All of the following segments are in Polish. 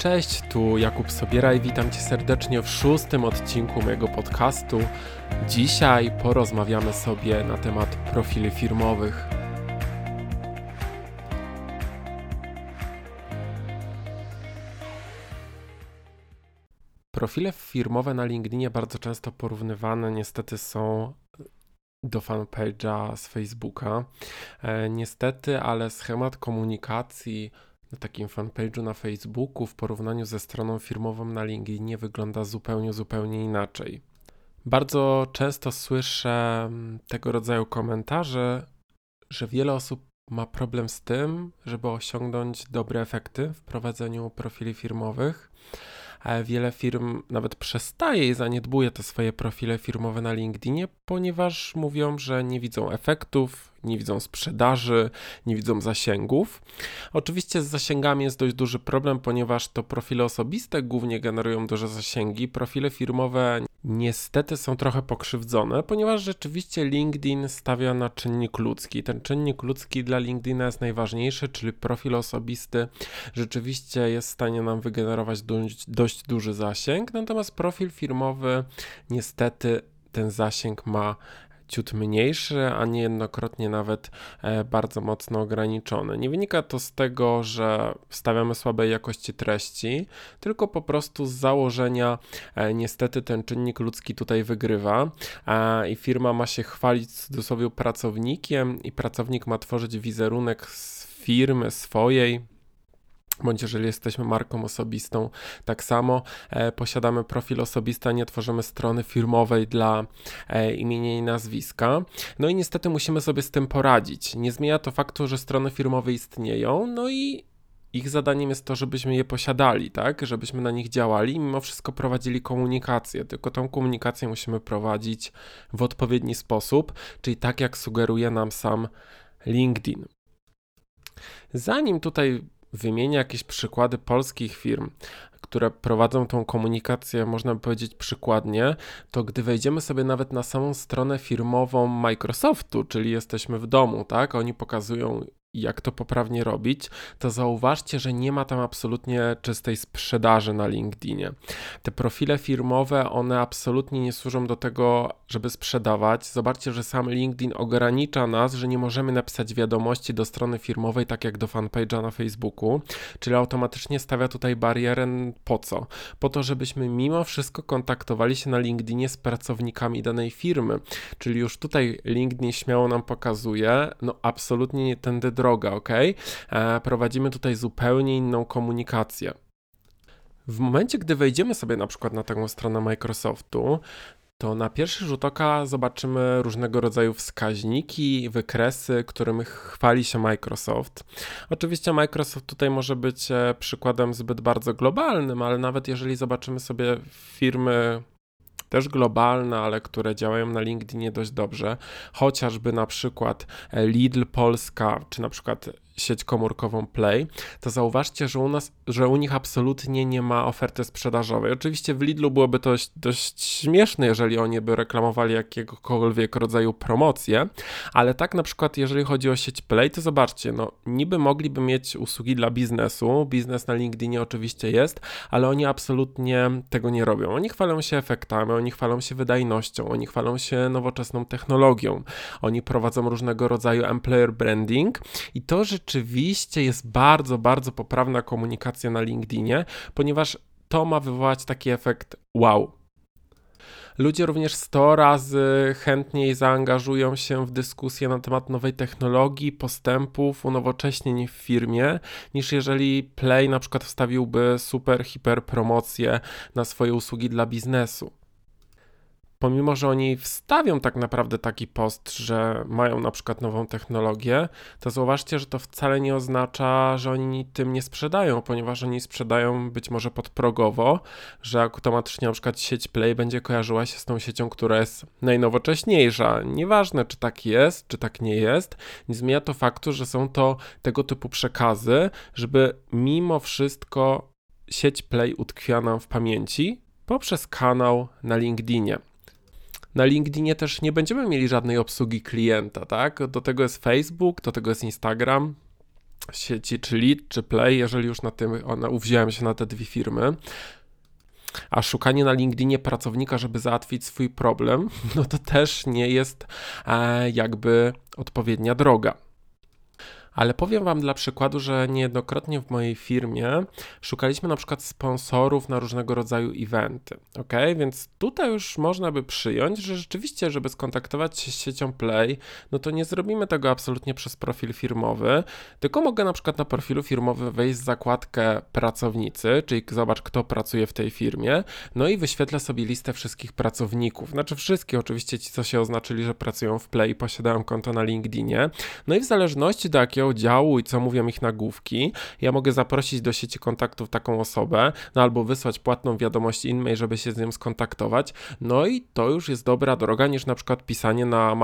Cześć, tu Jakub Sobiera i witam Cię serdecznie w 6. odcinku mojego podcastu. Dzisiaj porozmawiamy sobie na temat profili firmowych. Profile firmowe na LinkedInie bardzo często porównywane niestety są do fanpage'a z Facebooka. Niestety, ale schemat komunikacji na takim fanpage'u na Facebooku w porównaniu ze stroną firmową na LinkedInie wygląda zupełnie inaczej. Bardzo często słyszę tego rodzaju komentarze, że wiele osób ma problem z tym, żeby osiągnąć dobre efekty w prowadzeniu profili firmowych. Wiele firm nawet przestaje i zaniedbuje te swoje profile firmowe na LinkedInie, ponieważ mówią, że nie widzą efektów, nie widzą sprzedaży, nie widzą zasięgów. Oczywiście z zasięgami jest dość duży problem, ponieważ to profile osobiste głównie generują duże zasięgi. Profile firmowe niestety są trochę pokrzywdzone, ponieważ rzeczywiście LinkedIn stawia na czynnik ludzki. Ten czynnik ludzki dla LinkedIna jest najważniejszy, czyli profil osobisty rzeczywiście jest w stanie nam wygenerować dość duży zasięg, natomiast profil firmowy niestety ten zasięg ma ciut mniejszy, a niejednokrotnie nawet bardzo mocno ograniczony. Nie wynika to z tego, że wstawiamy słabej jakości treści, tylko po prostu z założenia niestety ten czynnik ludzki tutaj wygrywa i firma ma się chwalić w cudzysłowie pracownikiem i pracownik ma tworzyć wizerunek z firmy swojej, bądź jeżeli jesteśmy marką osobistą, tak samo posiadamy profil osobisty, a nie tworzymy strony firmowej dla imienia i nazwiska. No i niestety musimy sobie z tym poradzić. Nie zmienia to faktu, że strony firmowe istnieją, no i ich zadaniem jest to, żebyśmy je posiadali, tak? Żebyśmy na nich działali i mimo wszystko prowadzili komunikację, tylko tą komunikację musimy prowadzić w odpowiedni sposób, czyli tak jak sugeruje nam sam LinkedIn. Zanim tutaj wymienię jakieś przykłady polskich firm, które prowadzą tą komunikację, można by powiedzieć przykładnie, to gdy wejdziemy sobie nawet na samą stronę firmową Microsoftu, czyli jesteśmy w domu, tak? Oni pokazują, jak to poprawnie robić, to zauważcie, że nie ma tam absolutnie czystej sprzedaży na LinkedInie. Te profile firmowe, one absolutnie nie służą do tego, żeby sprzedawać. Zobaczcie, że sam LinkedIn ogranicza nas, że nie możemy napisać wiadomości do strony firmowej, tak jak do fanpage'a na Facebooku, czyli automatycznie stawia tutaj barierę. Po co? Po to, żebyśmy mimo wszystko kontaktowali się na LinkedInie z pracownikami danej firmy, czyli już tutaj LinkedIn śmiało nam pokazuje, no absolutnie nie tędy droga, ok? Prowadzimy tutaj zupełnie inną komunikację. W momencie, gdy wejdziemy sobie na przykład na taką stronę Microsoftu, to na pierwszy rzut oka zobaczymy różnego rodzaju wskaźniki, wykresy, którymi chwali się Microsoft. Oczywiście Microsoft tutaj może być przykładem zbyt bardzo globalnym, ale nawet jeżeli zobaczymy sobie firmy też globalne, ale które działają na LinkedInie dość dobrze, chociażby na przykład Lidl Polska, czy na przykład sieć komórkową Play, to zauważcie, że u nich absolutnie nie ma oferty sprzedażowej. Oczywiście w Lidlu byłoby to dość śmieszne, jeżeli oni by reklamowali jakiegokolwiek rodzaju promocje, ale tak na przykład jeżeli chodzi o sieć Play, to zobaczcie, no niby mogliby mieć usługi dla biznesu, biznes na LinkedInie oczywiście jest, ale oni absolutnie tego nie robią. Oni chwalą się efektami, oni chwalą się wydajnością, oni chwalą się nowoczesną technologią, oni prowadzą różnego rodzaju employer branding i to rzeczywiście jest bardzo poprawna komunikacja na LinkedInie, ponieważ to ma wywołać taki efekt wow. Ludzie również 100 razy chętniej zaangażują się w dyskusję na temat nowej technologii, postępów, unowocześnień w firmie, niż jeżeli Play na przykład wstawiłby hiper promocję na swoje usługi dla biznesu. Pomimo, że oni wstawią tak naprawdę taki post, że mają na przykład nową technologię, to zauważcie, że to wcale nie oznacza, że oni tym nie sprzedają, ponieważ oni sprzedają być może podprogowo, że automatycznie na przykład sieć Play będzie kojarzyła się z tą siecią, która jest najnowocześniejsza. Nieważne, czy tak jest, czy tak nie jest, nie zmienia to faktu, że są to tego typu przekazy, żeby mimo wszystko sieć Play utkwiła nam w pamięci poprzez kanał na LinkedInie. Na LinkedInie też nie będziemy mieli żadnej obsługi klienta, tak? Do tego jest Facebook, do tego jest Instagram. sieci, czy Lead, czy Play, jeżeli już uwziąłem się na te dwie firmy. A szukanie na LinkedInie pracownika, żeby załatwić swój problem, no to też nie jest jakby odpowiednia droga. Ale powiem Wam dla przykładu, że niejednokrotnie w mojej firmie szukaliśmy na przykład sponsorów na różnego rodzaju eventy, ok? Więc tutaj już można by przyjąć, że rzeczywiście, żeby skontaktować się z siecią Play, no to nie zrobimy tego absolutnie przez profil firmowy, tylko mogę na przykład na profilu firmowym wejść w zakładkę pracownicy, czyli zobacz, kto pracuje w tej firmie, no i wyświetlę sobie listę wszystkich pracowników, znaczy wszystkich oczywiście ci, co się oznaczyli, że pracują w Play i posiadają konto na LinkedInie, no i w zależności do jakiego działu i co mówią ich nagłówki, ja mogę zaprosić do sieci kontaktów taką osobę, no albo wysłać płatną wiadomość in-mail, żeby się z nią skontaktować, no i to już jest dobra droga niż na przykład pisanie na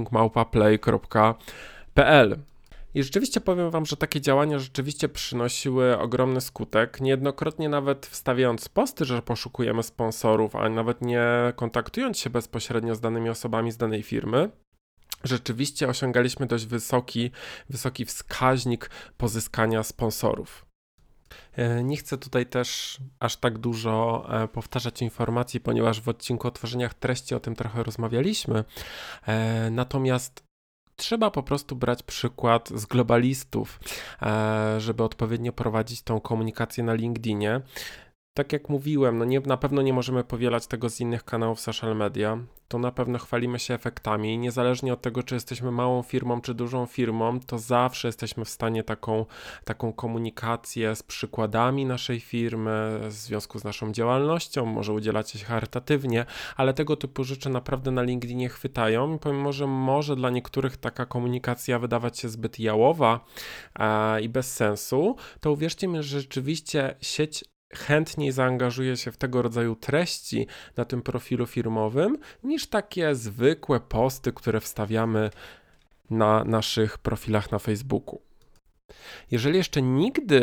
marketing@play.pl. I rzeczywiście powiem Wam, że takie działania rzeczywiście przynosiły ogromny skutek. Niejednokrotnie nawet wstawiając posty, że poszukujemy sponsorów, a nawet nie kontaktując się bezpośrednio z danymi osobami z danej firmy, rzeczywiście osiągaliśmy dość wysoki wskaźnik pozyskania sponsorów. Nie chcę tutaj też aż tak dużo powtarzać informacji, ponieważ w odcinku o tworzeniach treści o tym trochę rozmawialiśmy. Natomiast trzeba po prostu brać przykład z globalistów, żeby odpowiednio prowadzić tą komunikację na LinkedInie. Tak jak mówiłem, na pewno nie możemy powielać tego z innych kanałów social media. To na pewno chwalimy się efektami. Niezależnie od tego, czy jesteśmy małą firmą, czy dużą firmą, to zawsze jesteśmy w stanie taką komunikację z przykładami naszej firmy, w związku z naszą działalnością, może udzielać się charytatywnie, ale tego typu rzeczy naprawdę na LinkedInie chwytają. Pomimo, że może dla niektórych taka komunikacja wydawać się zbyt jałowa i bez sensu, to uwierzcie mi, że rzeczywiście sieć chętniej zaangażuje się w tego rodzaju treści na tym profilu firmowym niż takie zwykłe posty, które wstawiamy na naszych profilach na Facebooku. Jeżeli jeszcze nigdy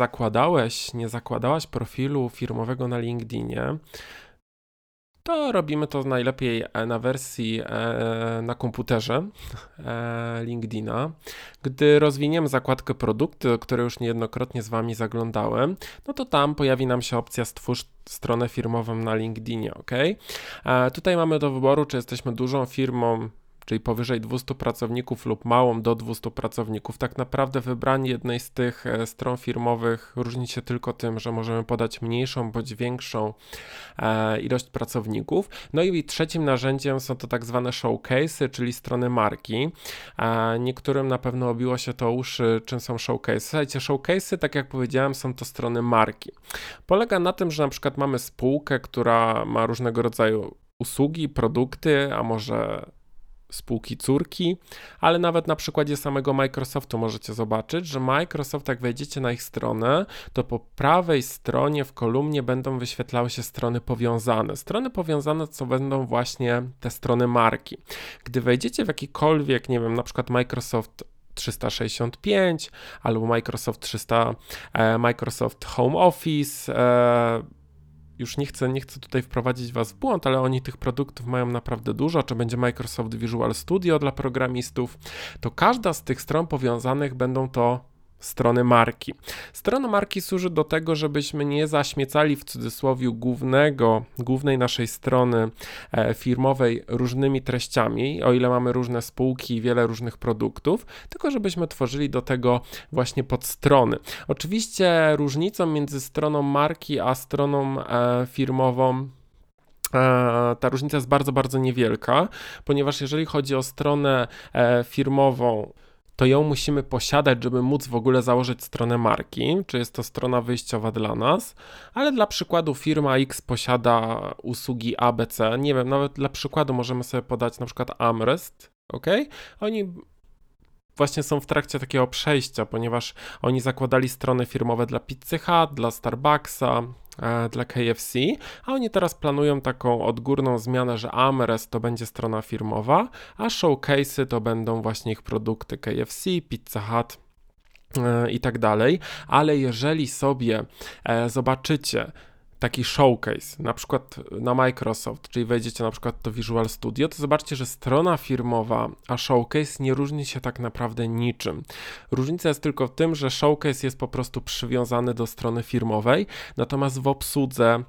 nie zakładałaś profilu firmowego na LinkedInie, to robimy to najlepiej na wersji na komputerze LinkedIna. Gdy rozwiniemy zakładkę produkty, do której już niejednokrotnie z Wami zaglądałem, no to tam pojawi nam się opcja stwórz stronę firmową na LinkedInie, ok? Tutaj mamy do wyboru, czy jesteśmy dużą firmą, czyli powyżej 200 pracowników lub małą do 200 pracowników. Tak naprawdę wybranie jednej z tych stron firmowych różni się tylko tym, że możemy podać mniejszą bądź większą ilość pracowników. No i trzecim narzędziem są to tak zwane showcase'y, czyli strony marki. Niektórym na pewno obiło się to uszy, czym są showcase'y. Słuchajcie, showcase'y, tak jak powiedziałem, są to strony marki. Polega na tym, że na przykład mamy spółkę, która ma różnego rodzaju usługi, produkty, a może spółki córki, ale nawet na przykładzie samego Microsoftu możecie zobaczyć, że Microsoft, jak wejdziecie na ich stronę, to po prawej stronie w kolumnie będą wyświetlały się strony powiązane. Strony powiązane to będą właśnie te strony marki. Gdy wejdziecie w jakikolwiek, nie wiem, na przykład Microsoft 365 albo Microsoft Home Office, już nie chcę tutaj wprowadzić Was w błąd, ale oni tych produktów mają naprawdę dużo, czy będzie Microsoft Visual Studio dla programistów, to każda z tych stron powiązanych będą to strony marki. Strona marki służy do tego, żebyśmy nie zaśmiecali w cudzysłowie głównej naszej strony firmowej różnymi treściami, o ile mamy różne spółki i wiele różnych produktów, tylko żebyśmy tworzyli do tego właśnie podstrony. Oczywiście różnicą między stroną marki a stroną firmową ta różnica jest bardzo, bardzo niewielka, ponieważ jeżeli chodzi o stronę firmową, to ją musimy posiadać, żeby móc w ogóle założyć stronę marki, czy jest to strona wyjściowa dla nas, ale dla przykładu firma X posiada usługi ABC, nie wiem, nawet dla przykładu możemy sobie podać na przykład Amrest, ok? Oni właśnie są w trakcie takiego przejścia, ponieważ oni zakładali strony firmowe dla Pizzy Hut, dla Starbucksa, dla KFC, a oni teraz planują taką odgórną zmianę, że Amrest to będzie strona firmowa, a showcase'y to będą właśnie ich produkty KFC, Pizza Hut i tak dalej, ale jeżeli sobie zobaczycie taki showcase, na przykład na Microsoft, czyli wejdziecie na przykład do Visual Studio, to zobaczcie, że strona firmowa, a showcase nie różni się tak naprawdę niczym. Różnica jest tylko w tym, że showcase jest po prostu przywiązany do strony firmowej, natomiast w obsłudze,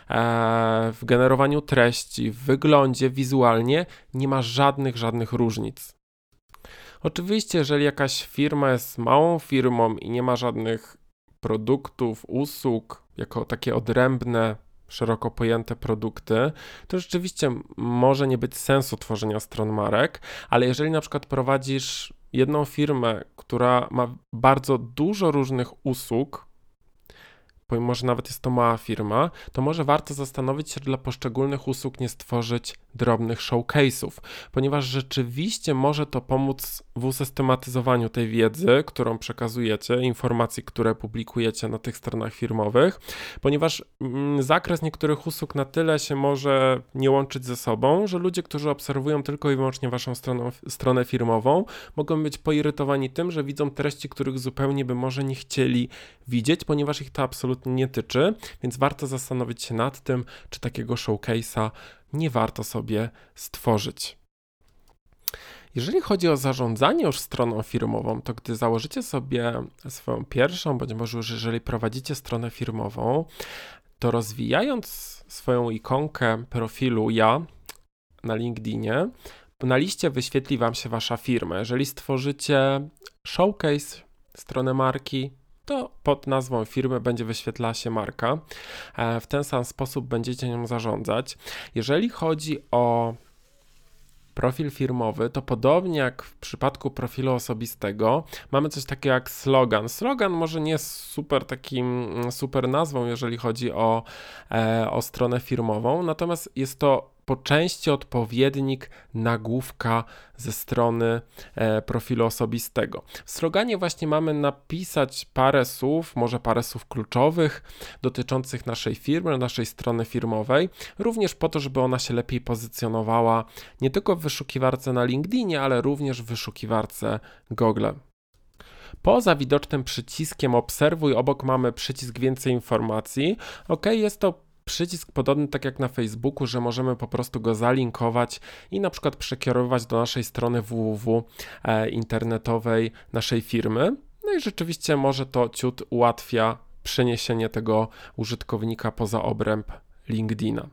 w generowaniu treści, w wyglądzie, wizualnie nie ma żadnych różnic. Oczywiście, jeżeli jakaś firma jest małą firmą i nie ma żadnych produktów, usług, jako takie odrębne, szeroko pojęte produkty, to rzeczywiście może nie być sensu tworzenia stron marek, ale jeżeli na przykład prowadzisz jedną firmę, która ma bardzo dużo różnych usług, pomimo że nawet jest to mała firma, to może warto zastanowić się, czy dla poszczególnych usług nie stworzyć drobnych showcase'ów, ponieważ rzeczywiście może to pomóc w usystematyzowaniu tej wiedzy, którą przekazujecie, informacji, które publikujecie na tych stronach firmowych, ponieważ zakres niektórych usług na tyle się może nie łączyć ze sobą, że ludzie, którzy obserwują tylko i wyłącznie waszą stronę firmową, mogą być poirytowani tym, że widzą treści, których zupełnie by może nie chcieli widzieć, ponieważ ich to absolutnie nie tyczy, więc warto zastanowić się nad tym, czy takiego showcase'a nie warto sobie stworzyć. Jeżeli chodzi o zarządzanie już stroną firmową, to gdy założycie sobie swoją pierwszą, bądź może już jeżeli prowadzicie stronę firmową, to rozwijając swoją ikonkę profilu na LinkedInie, na liście wyświetli wam się wasza firma. Jeżeli stworzycie showcase, stronę marki, to pod nazwą firmy będzie wyświetlała się marka. W ten sam sposób będziecie nią zarządzać. Jeżeli chodzi o profil firmowy, to podobnie jak w przypadku profilu osobistego, mamy coś takiego jak slogan. Slogan może nie jest super nazwą, jeżeli chodzi o stronę firmową, natomiast jest to po części odpowiednik nagłówka ze strony profilu osobistego. W sloganie właśnie mamy napisać parę słów, może parę słów kluczowych dotyczących naszej firmy, naszej strony firmowej, również po to, żeby ona się lepiej pozycjonowała nie tylko w wyszukiwarce na LinkedInie, ale również w wyszukiwarce Google. Poza widocznym przyciskiem obserwuj, obok mamy przycisk więcej informacji. Jest to przycisk podobny tak jak na Facebooku, że możemy po prostu go zalinkować i na przykład przekierowywać do naszej strony www internetowej naszej firmy. No i rzeczywiście może to ciut ułatwia przeniesienie tego użytkownika poza obręb LinkedIna.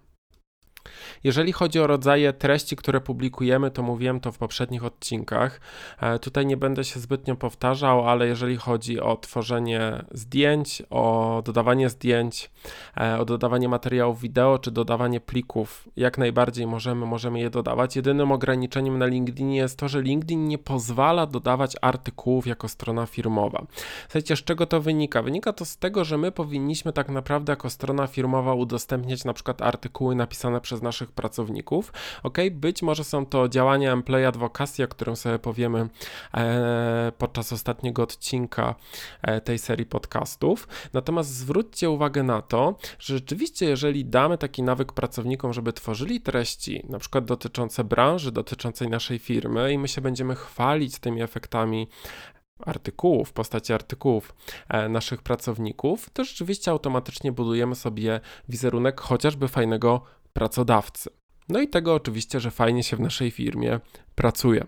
Jeżeli chodzi o rodzaje treści, które publikujemy, to mówiłem to w poprzednich odcinkach. Tutaj nie będę się zbytnio powtarzał, ale jeżeli chodzi o tworzenie zdjęć, o dodawanie zdjęć, o dodawanie materiałów wideo czy dodawanie plików, jak najbardziej możemy je dodawać. Jedynym ograniczeniem na LinkedInie jest to, że LinkedIn nie pozwala dodawać artykułów jako strona firmowa. Słuchajcie, z czego to wynika? Wynika to z tego, że my powinniśmy tak naprawdę jako strona firmowa udostępniać na przykład artykuły napisane przez naszych pracowników. Być może są to działania Employee Advocacy, o którym sobie powiemy podczas ostatniego odcinka tej serii podcastów. Natomiast zwróćcie uwagę na to, że rzeczywiście jeżeli damy taki nawyk pracownikom, żeby tworzyli treści, na przykład dotyczące branży, dotyczącej naszej firmy i my się będziemy chwalić tymi efektami artykułów, w postaci artykułów naszych pracowników, to rzeczywiście automatycznie budujemy sobie wizerunek chociażby fajnego pracodawcy. No i tego oczywiście, że fajnie się w naszej firmie pracuje.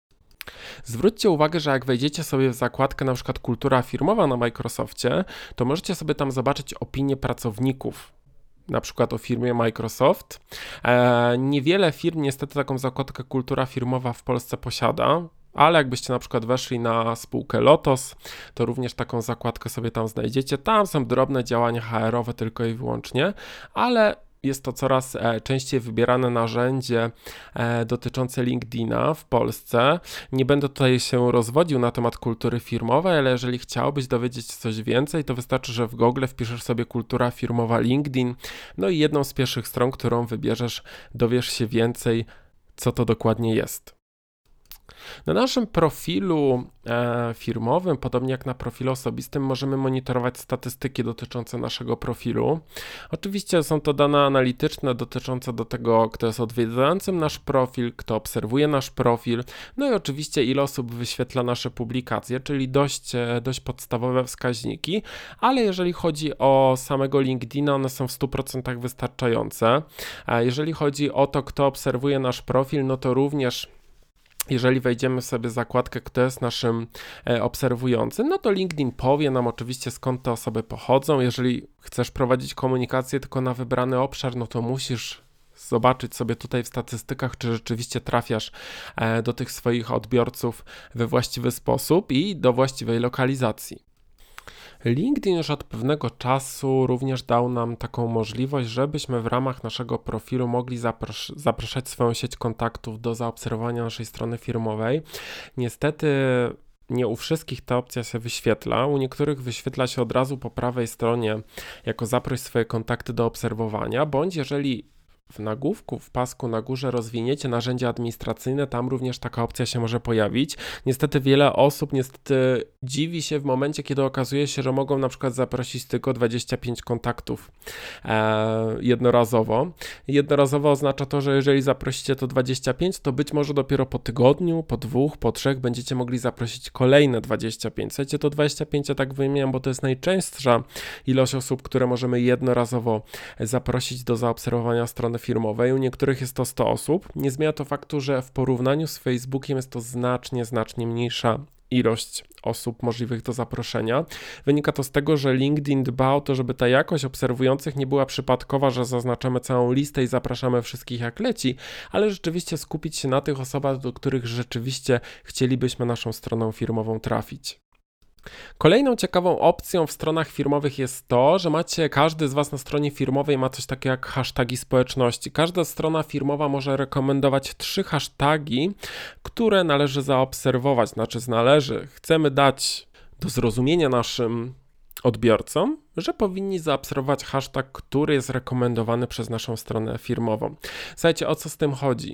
Zwróćcie uwagę, że jak wejdziecie sobie w zakładkę na przykład kultura firmowa na Microsoftie, to możecie sobie tam zobaczyć opinie pracowników, na przykład o firmie Microsoft. Niewiele firm niestety taką zakładkę kultura firmowa w Polsce posiada, ale jakbyście na przykład weszli na spółkę Lotos, to również taką zakładkę sobie tam znajdziecie. Tam są drobne działania HR-owe tylko i wyłącznie, ale jest to coraz częściej wybierane narzędzie dotyczące LinkedIna w Polsce. Nie będę tutaj się rozwodził na temat kultury firmowej, ale jeżeli chciałbyś dowiedzieć się coś więcej, to wystarczy, że w Google wpiszesz sobie kultura firmowa LinkedIn, no i jedną z pierwszych stron, którą wybierzesz, dowiesz się więcej, co to dokładnie jest. Na naszym profilu firmowym, podobnie jak na profilu osobistym, możemy monitorować statystyki dotyczące naszego profilu. Oczywiście są to dane analityczne dotyczące do tego, kto jest odwiedzającym nasz profil, kto obserwuje nasz profil, no i oczywiście ile osób wyświetla nasze publikacje, czyli dość podstawowe wskaźniki, ale jeżeli chodzi o samego LinkedIna, one są w 100% wystarczające. Jeżeli chodzi o to, kto obserwuje nasz profil, no to również jeżeli wejdziemy sobie w zakładkę, kto jest naszym obserwującym, no to LinkedIn powie nam oczywiście, skąd te osoby pochodzą. Jeżeli chcesz prowadzić komunikację tylko na wybrany obszar, no to musisz zobaczyć sobie tutaj w statystykach, czy rzeczywiście trafiasz do tych swoich odbiorców we właściwy sposób i do właściwej lokalizacji. LinkedIn już od pewnego czasu również dał nam taką możliwość, żebyśmy w ramach naszego profilu mogli zapraszać swoją sieć kontaktów do zaobserwowania naszej strony firmowej. Niestety nie u wszystkich ta opcja się wyświetla, u niektórych wyświetla się od razu po prawej stronie jako zaproś swoje kontakty do obserwowania, bądź jeżeli w nagłówku, w pasku na górze rozwinięcie narzędzia administracyjne, tam również taka opcja się może pojawić. Niestety wiele osób dziwi się w momencie, kiedy okazuje się, że mogą na przykład zaprosić tylko 25 kontaktów jednorazowo. Jednorazowo oznacza to, że jeżeli zaprosicie to 25, to być może dopiero po tygodniu, po 2, po 3 będziecie mogli zaprosić kolejne 25. Słuchajcie, to 25 ja tak wymieniam, bo to jest najczęstsza ilość osób, które możemy jednorazowo zaprosić do zaobserwowania strony firmowej. U niektórych jest to 100 osób. Nie zmienia to faktu, że w porównaniu z Facebookiem jest to znacznie mniejsza ilość osób możliwych do zaproszenia. Wynika to z tego, że LinkedIn dba o to, żeby ta jakość obserwujących nie była przypadkowa, że zaznaczamy całą listę i zapraszamy wszystkich jak leci, ale rzeczywiście skupić się na tych osobach, do których rzeczywiście chcielibyśmy naszą stroną firmową trafić. Kolejną ciekawą opcją w stronach firmowych jest to, że każdy z Was na stronie firmowej ma coś takiego jak hashtagi społeczności. Każda strona firmowa może rekomendować 3 hashtagi, które należy zaobserwować, chcemy dać do zrozumienia naszym odbiorcom, że powinni zaobserwować hashtag, który jest rekomendowany przez naszą stronę firmową. Słuchajcie, o co z tym chodzi?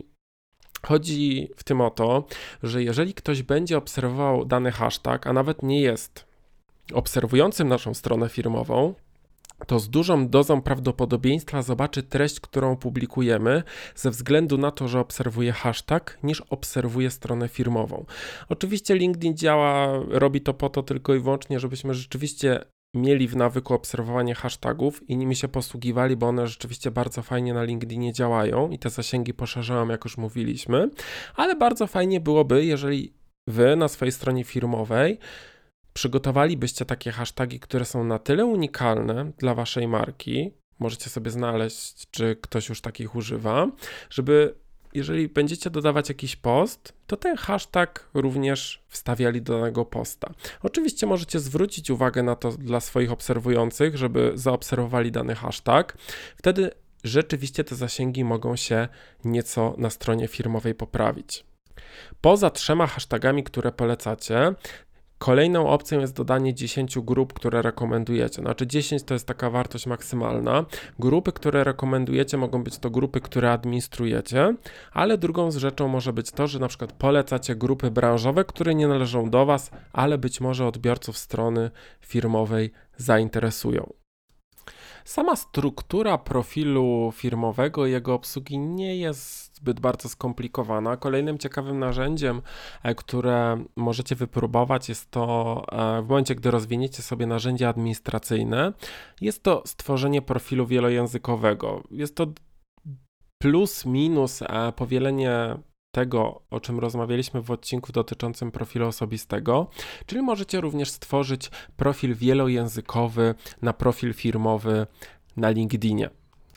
Chodzi w tym o to, że jeżeli ktoś będzie obserwował dany hashtag, a nawet nie jest obserwującym naszą stronę firmową, to z dużą dozą prawdopodobieństwa zobaczy treść, którą publikujemy ze względu na to, że obserwuje hashtag, niż obserwuje stronę firmową. Oczywiście LinkedIn robi to po to tylko i wyłącznie, żebyśmy rzeczywiście mieli w nawyku obserwowanie hashtagów i nimi się posługiwali, bo one rzeczywiście bardzo fajnie na LinkedInie działają i te zasięgi poszerzają, jak już mówiliśmy, ale bardzo fajnie byłoby, jeżeli Wy na swojej stronie firmowej przygotowalibyście takie hashtagi, które są na tyle unikalne dla Waszej marki, możecie sobie znaleźć, czy ktoś już takich używa, żeby jeżeli będziecie dodawać jakiś post, to ten hashtag również wstawiali do danego posta. Oczywiście możecie zwrócić uwagę na to dla swoich obserwujących, żeby zaobserwowali dany hashtag. Wtedy rzeczywiście te zasięgi mogą się nieco na stronie firmowej poprawić. Poza 3 hashtagami, które polecacie, kolejną opcją jest dodanie 10 grup, które rekomendujecie. Znaczy 10 to jest taka wartość maksymalna. Grupy, które rekomendujecie, mogą być to grupy, które administrujecie, ale drugą rzeczą może być to, że na przykład polecacie grupy branżowe, które nie należą do Was, ale być może odbiorców strony firmowej zainteresują. Sama struktura profilu firmowego i jego obsługi nie jest zbyt bardzo skomplikowana. Kolejnym ciekawym narzędziem, które możecie wypróbować, jest to w momencie, gdy rozwiniecie sobie narzędzie administracyjne, jest to stworzenie profilu wielojęzykowego. Jest to plus minus powielenie tego, o czym rozmawialiśmy w odcinku dotyczącym profilu osobistego, czyli możecie również stworzyć profil wielojęzykowy na profil firmowy na LinkedInie.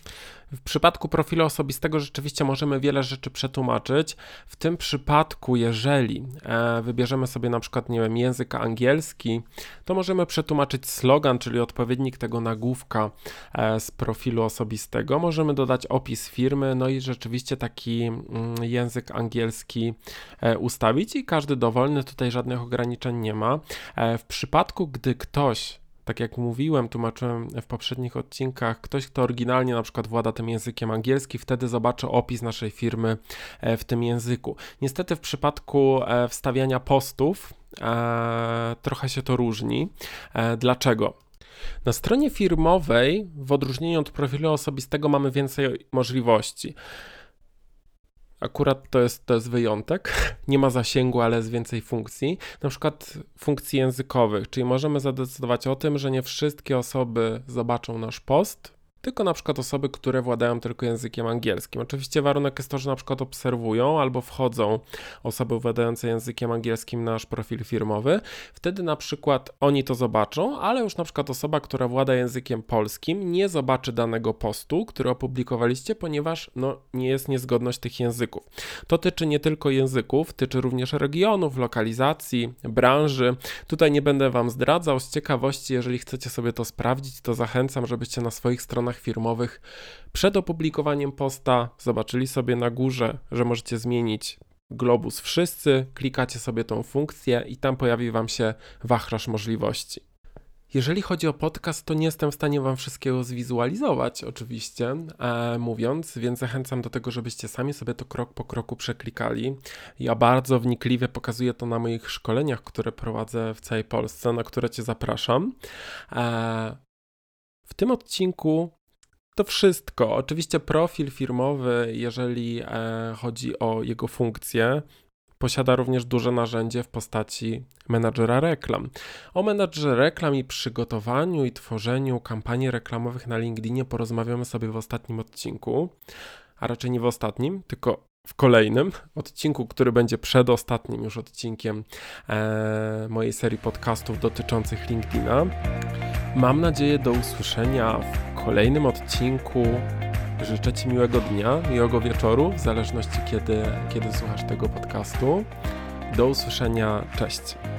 W przypadku profilu osobistego rzeczywiście możemy wiele rzeczy przetłumaczyć. W tym przypadku, jeżeli wybierzemy sobie na przykład, język angielski, to możemy przetłumaczyć slogan, czyli odpowiednik tego nagłówka z profilu osobistego. Możemy dodać opis firmy, no i rzeczywiście taki język angielski ustawić i każdy dowolny, tutaj żadnych ograniczeń nie ma. W przypadku, gdy ktoś tak jak mówiłem, tłumaczyłem w poprzednich odcinkach, ktoś, kto oryginalnie na przykład włada tym językiem angielskim, wtedy zobaczy opis naszej firmy w tym języku. Niestety w przypadku wstawiania postów trochę się to różni. Dlaczego? Na stronie firmowej, w odróżnieniu od profilu osobistego, mamy więcej możliwości. Akurat to jest wyjątek. Nie ma zasięgu, ale jest więcej funkcji. Na przykład funkcji językowych, czyli możemy zadecydować o tym, że nie wszystkie osoby zobaczą nasz post, tylko na przykład osoby, które władają tylko językiem angielskim. Oczywiście warunek jest to, że na przykład obserwują albo wchodzą osoby władające językiem angielskim na nasz profil firmowy. Wtedy na przykład oni to zobaczą, ale już na przykład osoba, która włada językiem polskim, nie zobaczy danego postu, który opublikowaliście, ponieważ nie jest niezgodność tych języków. To tyczy nie tylko języków, tyczy również regionów, lokalizacji, branży. Tutaj nie będę Wam zdradzał. Z ciekawości, jeżeli chcecie sobie to sprawdzić, to zachęcam, żebyście na swoich stronach firmowych przed opublikowaniem posta zobaczyli sobie na górze, że możecie zmienić globus wszyscy, klikacie sobie tą funkcję i tam pojawi Wam się wachlarz możliwości. Jeżeli chodzi o podcast, to nie jestem w stanie Wam wszystkiego zwizualizować, oczywiście, mówiąc, więc zachęcam do tego, żebyście sami sobie to krok po kroku przeklikali. Ja bardzo wnikliwie pokazuję to na moich szkoleniach, które prowadzę w całej Polsce, na które Cię zapraszam. W tym odcinku to wszystko. Oczywiście profil firmowy, jeżeli chodzi o jego funkcję, posiada również duże narzędzie w postaci menadżera reklam. O menadżerze reklam i przygotowaniu i tworzeniu kampanii reklamowych na LinkedInie porozmawiamy sobie w ostatnim odcinku, a raczej nie w ostatnim, tylko w kolejnym odcinku, który będzie przedostatnim już odcinkiem mojej serii podcastów dotyczących LinkedIna. Mam nadzieję do usłyszenia w kolejnym odcinku. Życzę Ci miłego dnia, miłego wieczoru, w zależności kiedy słuchasz tego podcastu. Do usłyszenia, cześć.